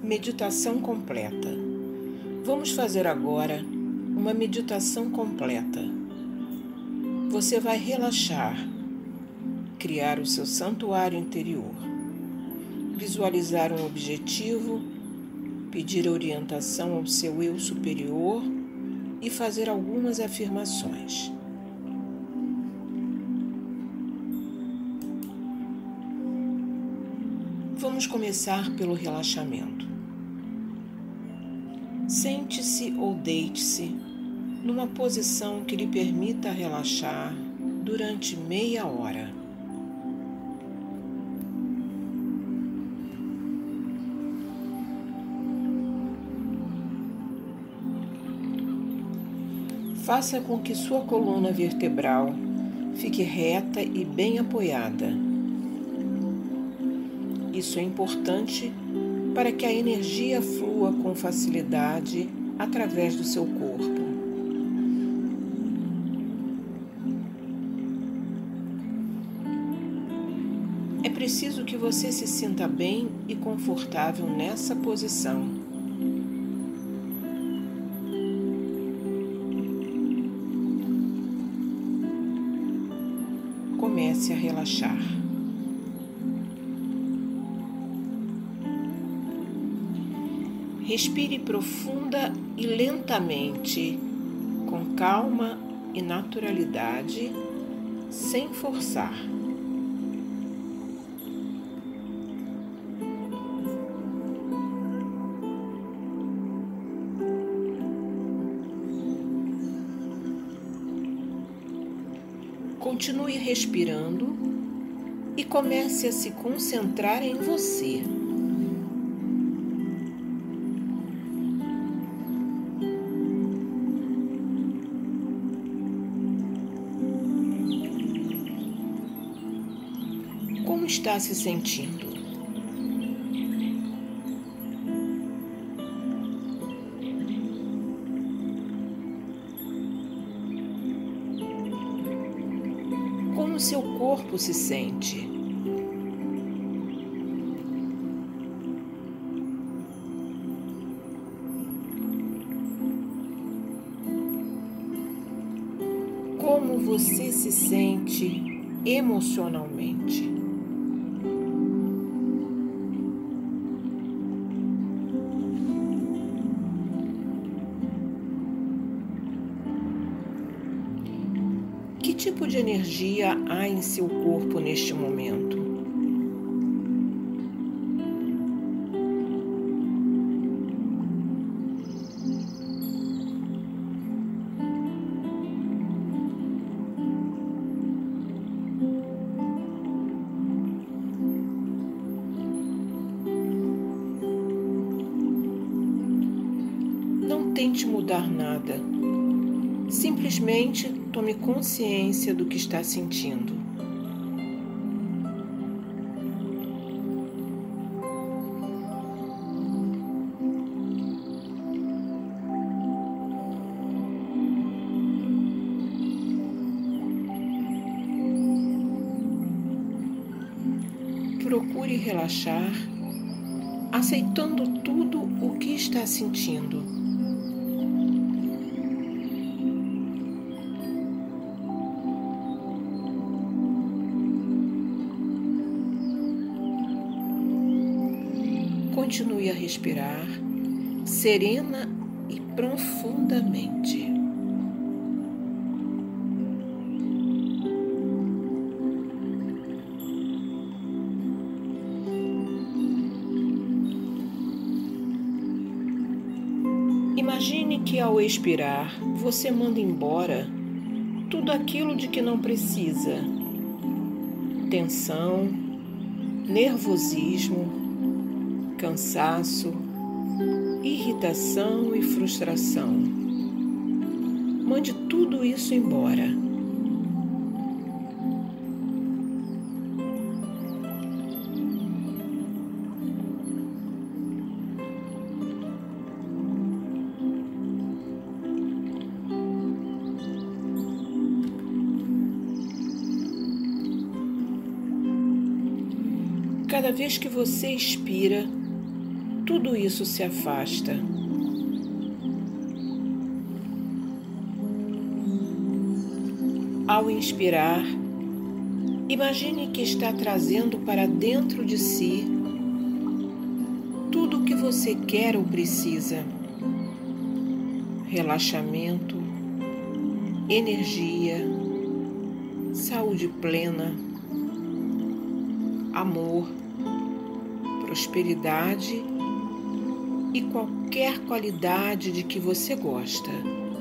Meditação completa. Vamos fazer agora uma meditação completa. Você vai relaxar, criar o seu santuário interior, visualizar um objetivo, pedir orientação ao seu eu superior e fazer algumas afirmações. Vamos começar pelo relaxamento. Sente-se ou deite-se numa posição que lhe permita relaxar durante meia hora. Faça com que sua coluna vertebral fique reta e bem apoiada. Isso é importante para que a energia flua com facilidade através do seu corpo. É preciso que você se sinta bem e confortável nessa posição. Comece a relaxar. Respire profunda e lentamente, com calma e naturalidade, sem forçar. Continue respirando e comece a se concentrar em você. Como está se sentindo? Como seu corpo se sente? Como você se sente emocionalmente? Que tipo de energia há em seu corpo neste momento? Não tente mudar nada. Simplesmente tome consciência do que está sentindo. Procure relaxar, aceitando tudo o que está sentindo. Continue a respirar serena e profundamente. Imagine que ao expirar, você manda embora tudo aquilo de que não precisa. Tensão, nervosismo, cansaço, irritação e frustração. Mande tudo isso embora. Cada vez que você expira, tudo isso se afasta. Ao inspirar, imagine que está trazendo para dentro de si tudo o que você quer ou precisa: relaxamento, energia, saúde plena, amor, prosperidade e qualquer qualidade de que você gosta.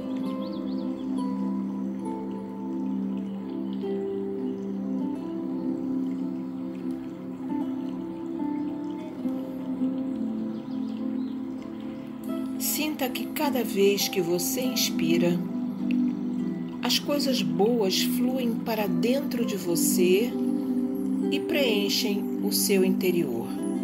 Sinta que cada vez que você inspira, as coisas boas fluem para dentro de você e preenchem o seu interior.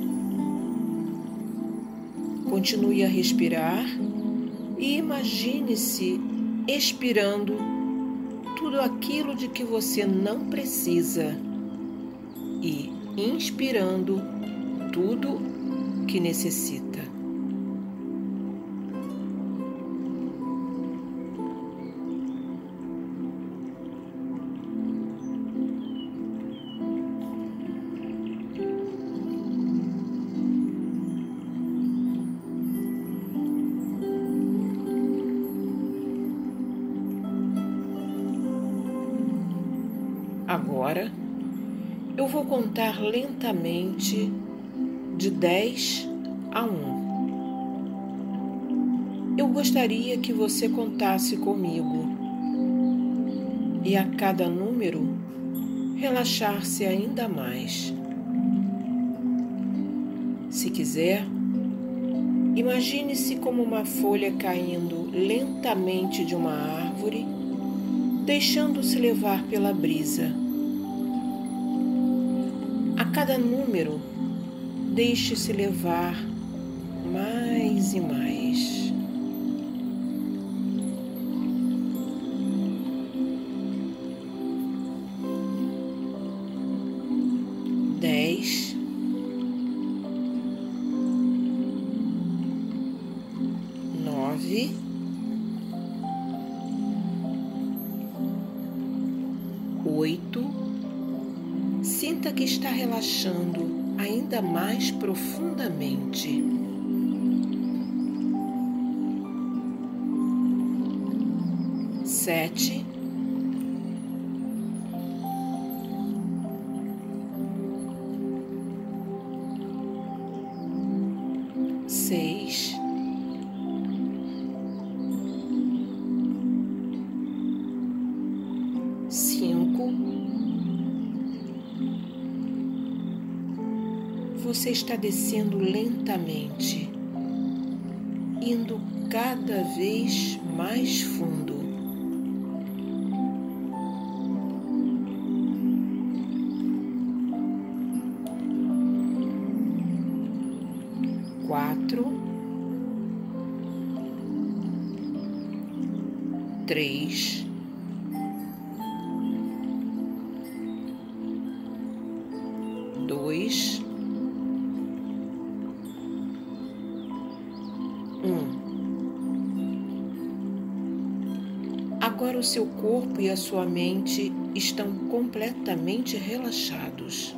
Continue a respirar e imagine-se expirando tudo aquilo de que você não precisa e inspirando tudo que necessita. Agora, eu vou contar lentamente de 10 a 1. Eu gostaria que você contasse comigo e a cada número relaxar-se ainda mais. Se quiser, imagine-se como uma folha caindo lentamente de uma árvore, deixando-se levar pela brisa. A cada número, deixe-se levar mais e mais. Dez, 9, 8. Sinta que está relaxando ainda mais profundamente. 7, 6, 5. Você está descendo lentamente, indo cada vez mais fundo. 4, 3, 2, 1. Agora o seu corpo e a sua mente estão completamente relaxados.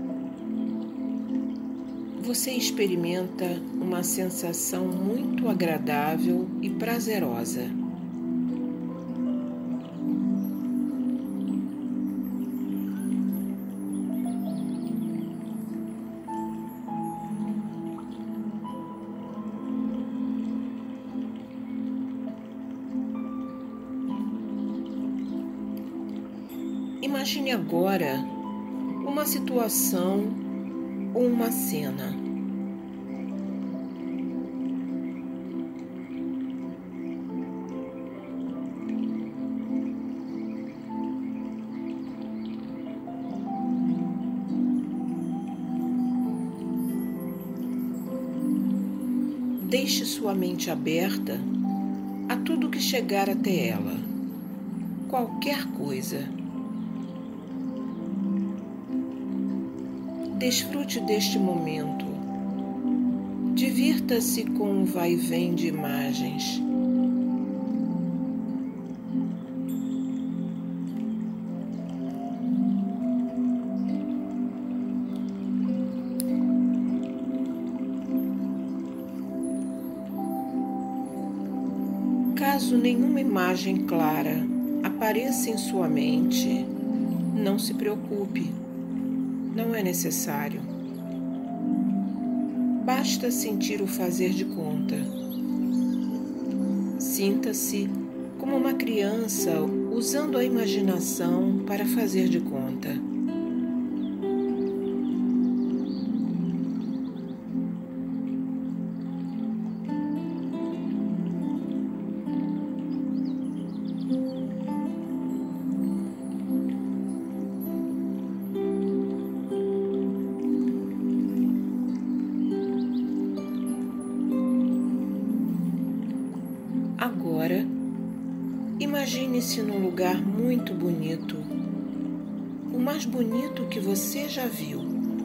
Você experimenta uma sensação muito agradável e prazerosa. Imagine agora uma situação ou uma cena. Deixe sua mente aberta a tudo que chegar até ela, qualquer coisa. Desfrute deste momento Divirta-se com o vai e vem de imagens. Caso nenhuma imagem clara apareça em sua mente, não se preocupe, não é necessário. Basta sentir o fazer de conta. Sinta-se como uma criança usando a imaginação para fazer de conta. Agora, imagine-se num lugar muito bonito, o mais bonito que você já viu.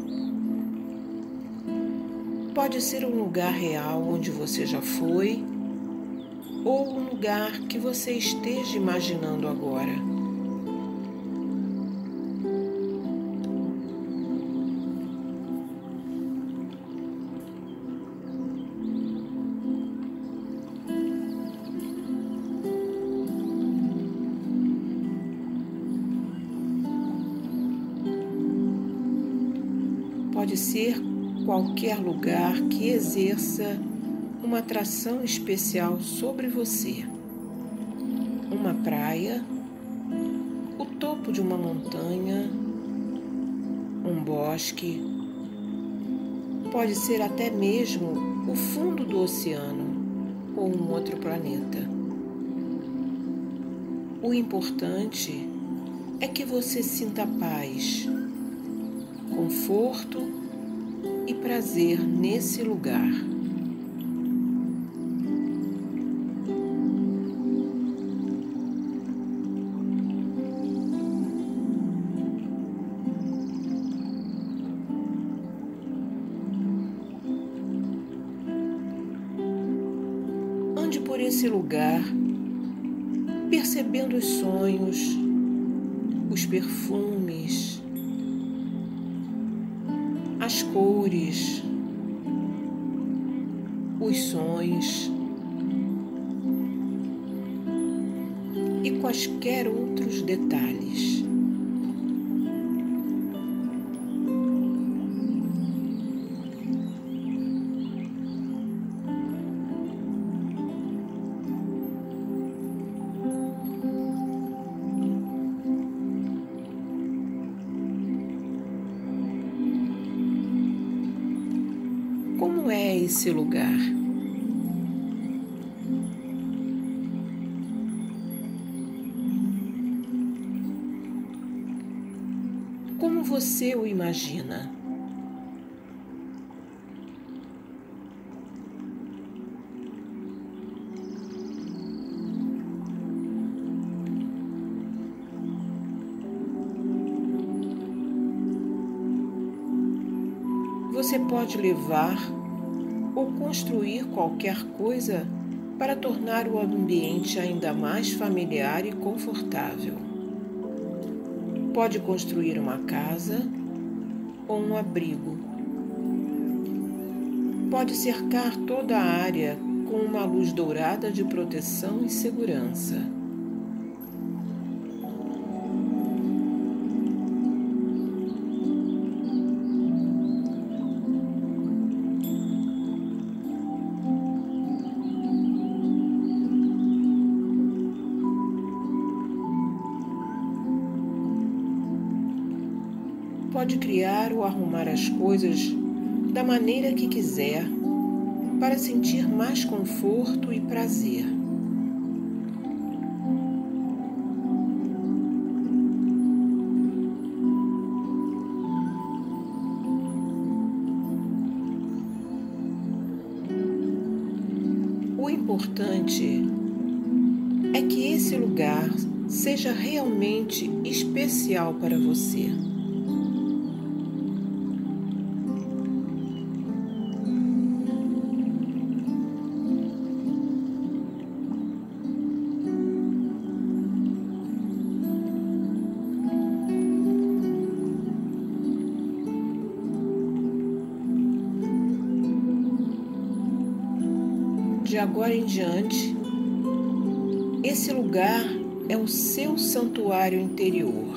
Pode ser um lugar real onde você já foi, ou um lugar que você esteja imaginando agora. Pode ser qualquer lugar que exerça uma atração especial sobre você. Uma praia, o topo de uma montanha, um bosque, pode ser até mesmo o fundo do oceano ou um outro planeta. O importante é que você sinta paz, conforto e prazer nesse lugar. Ande por esse lugar, percebendo os sonhos, os perfumes, as cores, os sons e quaisquer outros detalhes. Como é esse lugar? Como você o imagina? Você pode levar ou construir qualquer coisa para tornar o ambiente ainda mais familiar e confortável. Pode construir uma casa ou um abrigo. Pode cercar toda a área com uma luz dourada de proteção e segurança. Pode criar ou arrumar as coisas da maneira que quiser para sentir mais conforto e prazer. O importante é que esse lugar seja realmente especial para você. agora em diante, esse lugar é o seu santuário interior,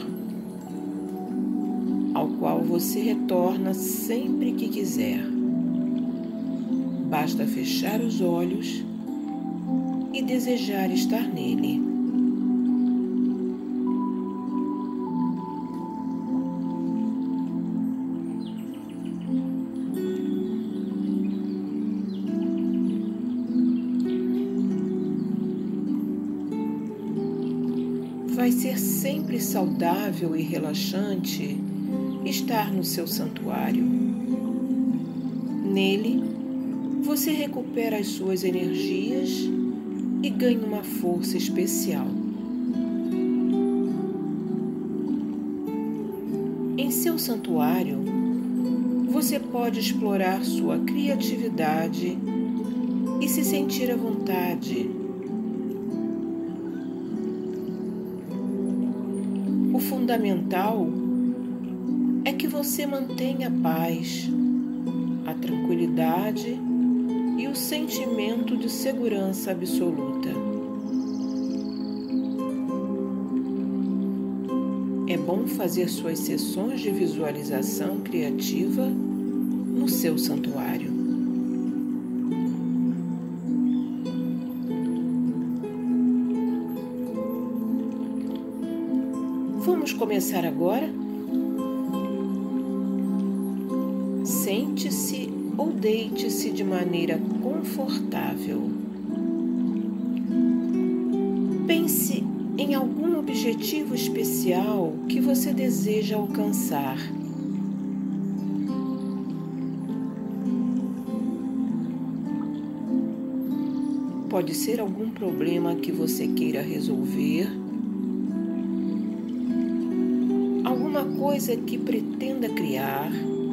ao qual você retorna sempre que quiser. Basta fechar os olhos e desejar estar nele. Vai ser sempre saudável e relaxante estar no seu santuário. Nele, você recupera as suas energias e ganha uma força especial. Em seu santuário, você pode explorar sua criatividade e se sentir à vontade. O fundamental é que você mantenha a paz, a tranquilidade e o sentimento de segurança absoluta. É bom fazer suas sessões de visualização criativa no seu santuário. Vamos começar agora? Sente-se ou deite-se de maneira confortável. Pense em algum objetivo especial que você deseja alcançar. Pode ser algum problema que você queira resolver, alguma coisa que pretenda criar,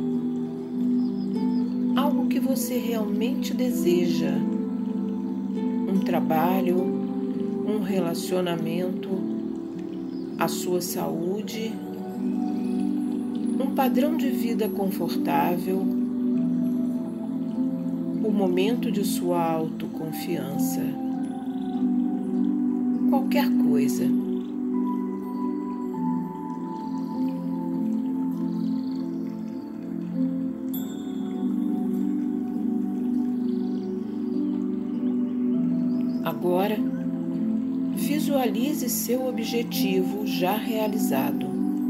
algo que você realmente deseja, um trabalho, um relacionamento, a sua saúde, um padrão de vida confortável, o momento de sua autoconfiança, qualquer coisa. Agora, visualize seu objetivo já realizado.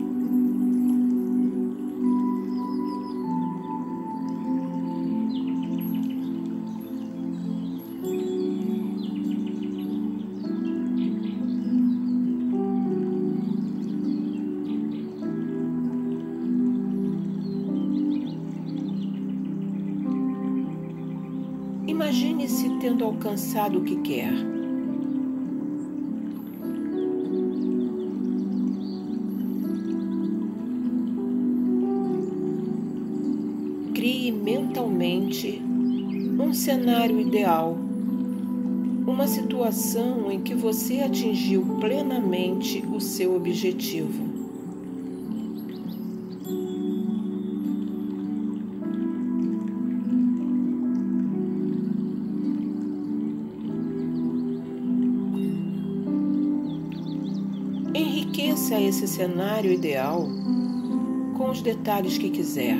Imagine-se tendo alcançado o que quer. Crie mentalmente um cenário ideal, uma situação em que você atingiu plenamente o seu objetivo. Enriqueça esse cenário ideal com os detalhes que quiser.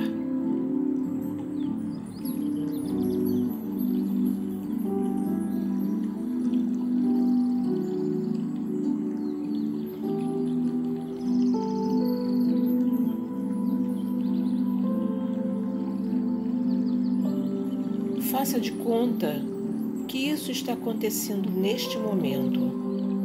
Faça de conta que isso está acontecendo neste momento.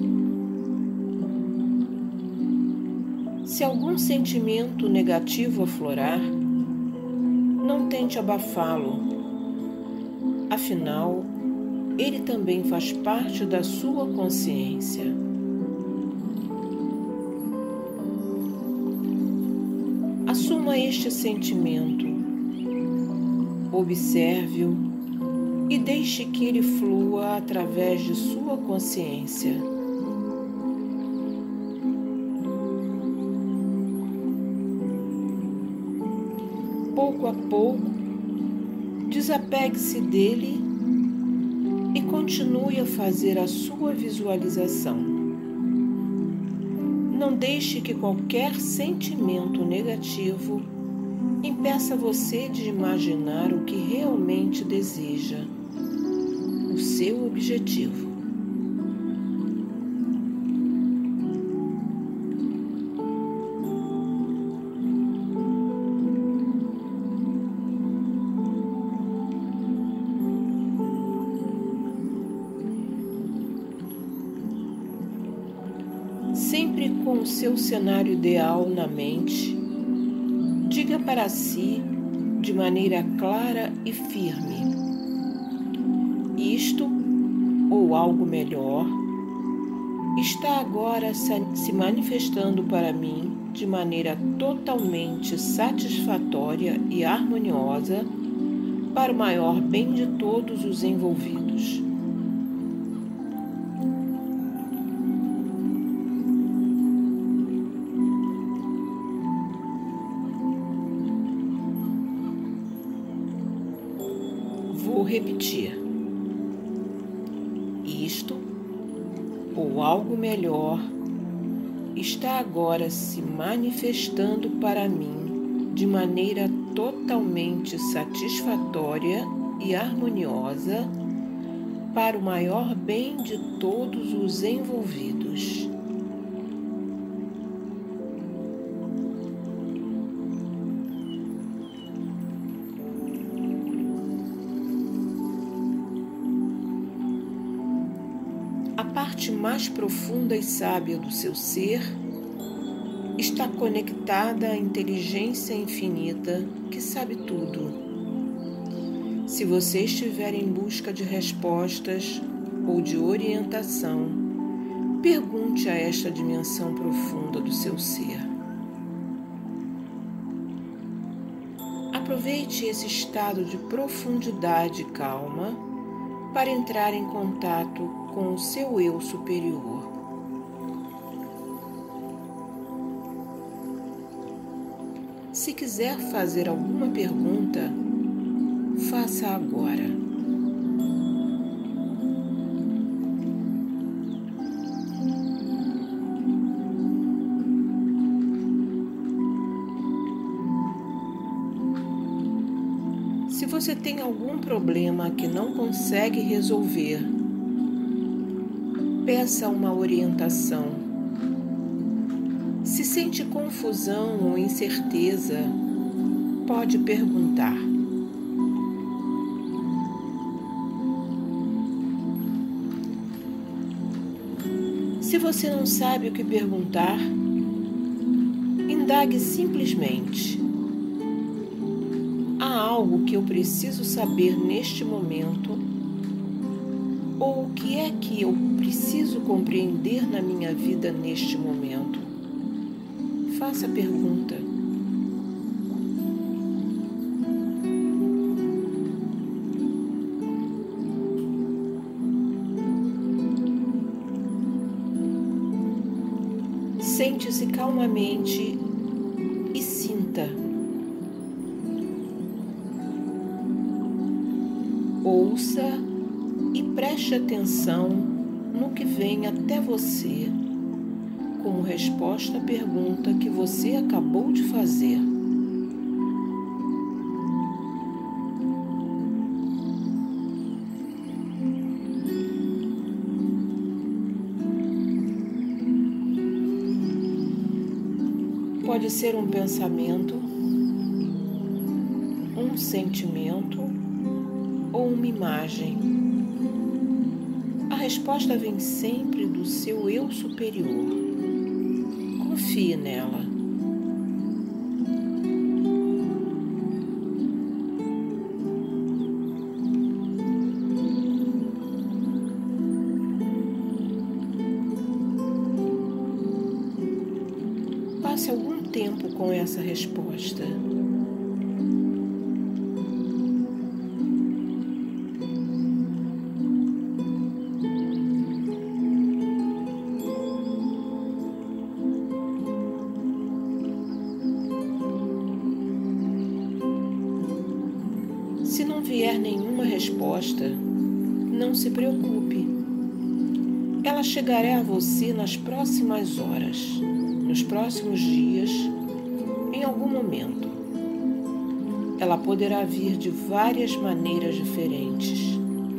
Se algum sentimento negativo aflorar, não tente abafá-lo. Afinal, ele também faz parte da sua consciência. Assuma este sentimento, observe-o e deixe que ele flua através de sua consciência. Pouco a pouco, desapegue-se dele e continue a fazer a sua visualização. Não deixe que qualquer sentimento negativo impeça você de imaginar o que realmente deseja, o seu objetivo. Sempre com o seu cenário ideal na mente, diga para si de maneira clara e firme: isto ou algo melhor está agora se manifestando para mim de maneira totalmente satisfatória e harmoniosa para o maior bem de todos os envolvidos. Vou repetir. Isto ou algo melhor está agora se manifestando para mim de maneira totalmente satisfatória e harmoniosa para o maior bem de todos os envolvidos. A parte mais profunda e sábia do seu ser está conectada à inteligência infinita que sabe tudo. Se você estiver em busca de respostas ou de orientação, pergunte a esta dimensão profunda do seu ser. Aproveite esse estado de profundidade e calma para entrar em contato com o seu eu superior. Se quiser fazer alguma pergunta, faça agora. Se você tem algum problema que não consegue resolver, peça uma orientação. Se sente confusão ou incerteza, pode perguntar. Se você não sabe o que perguntar, indague simplesmente: há algo que eu preciso saber neste momento? Ou o que é que eu preciso compreender na minha vida neste momento? Faça a pergunta. Sente-se calmamente e sinta. Ouça e preste atenção no que vem até você, como resposta à pergunta que você acabou de fazer. Pode ser um pensamento, um sentimento ou uma imagem. A resposta vem sempre do seu eu superior. Confie nela. Passe algum tempo com essa resposta. Se não vier nenhuma resposta, Não se preocupe. Ela chegará a você nas próximas horas, nos próximos dias, em algum momento. Ela poderá vir de várias maneiras diferentes.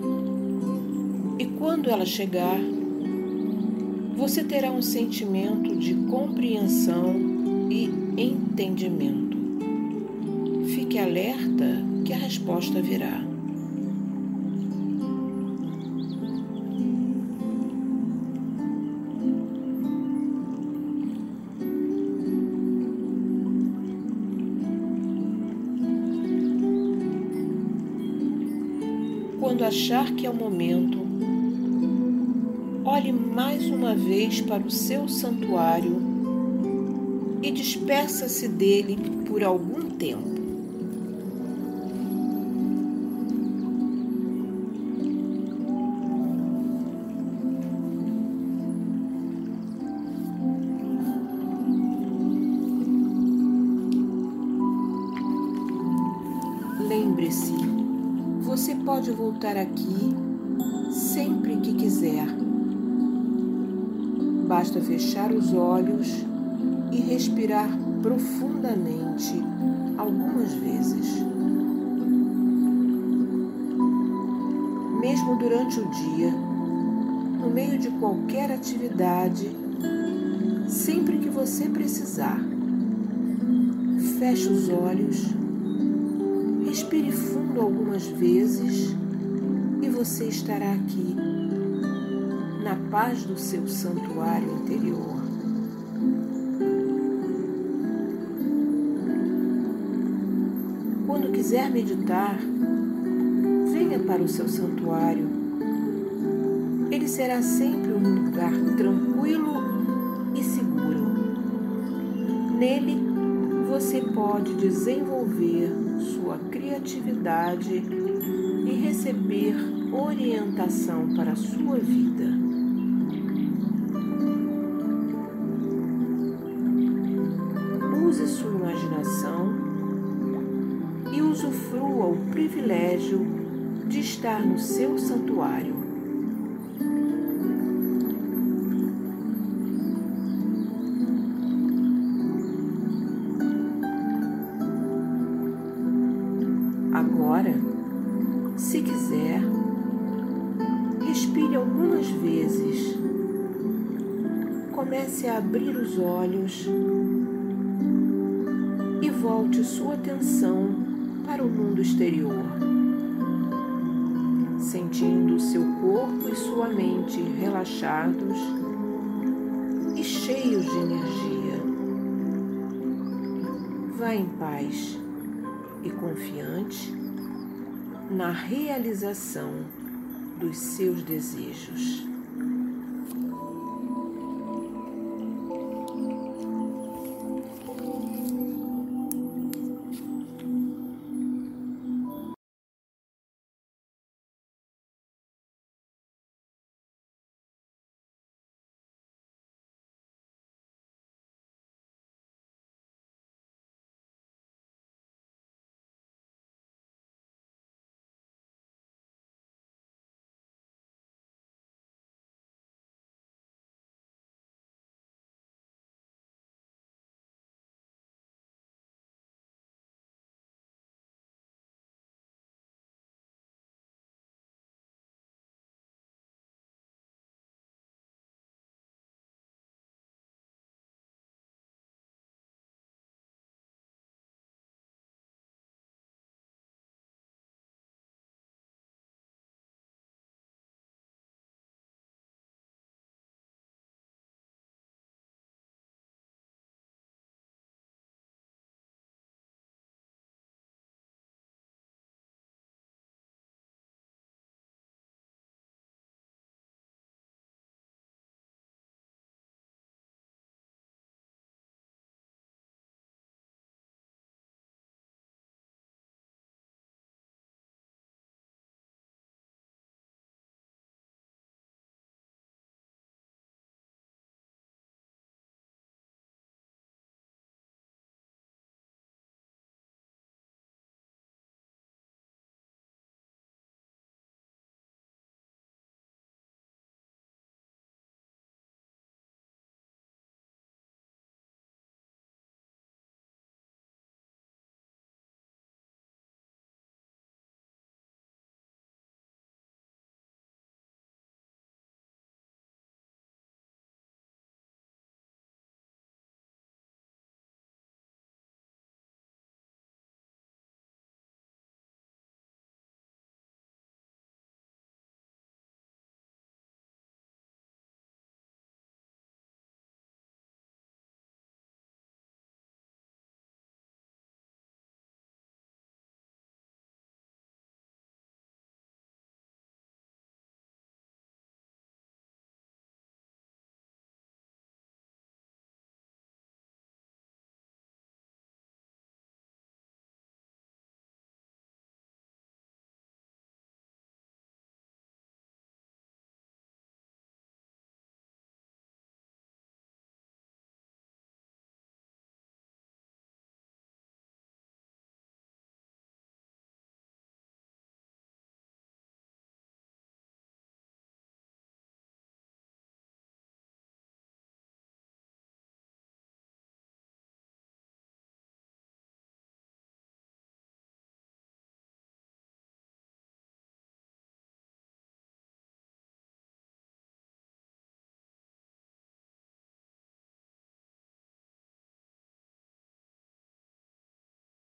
E quando ela chegar, você terá um sentimento de compreensão e entendimento. Fique alerta que a resposta virá. Quando achar que é o momento, olhe mais uma vez para o seu santuário e despeça-se dele por algum tempo. Lembre-se, você pode voltar aqui sempre que quiser. Basta fechar os olhos e respirar profundamente algumas vezes. Mesmo durante o dia, no meio de qualquer atividade, sempre que você precisar, feche os olhos, respire fundo algumas vezes e você estará aqui, na paz do seu santuário interior. Quando quiser meditar, venha para o seu santuário. Ele será sempre um lugar tranquilo e seguro. Nele, você pode desenvolver sua criatividade e receber orientação para a sua vida. Use sua imaginação e usufrua o privilégio de estar no seu santuário. Agora, se quiser, respire algumas vezes. Comece a abrir os olhos e volte sua atenção para o mundo exterior, sentindo seu corpo e sua mente relaxados e cheios de energia. Vá em paz e confiante na realização dos seus desejos.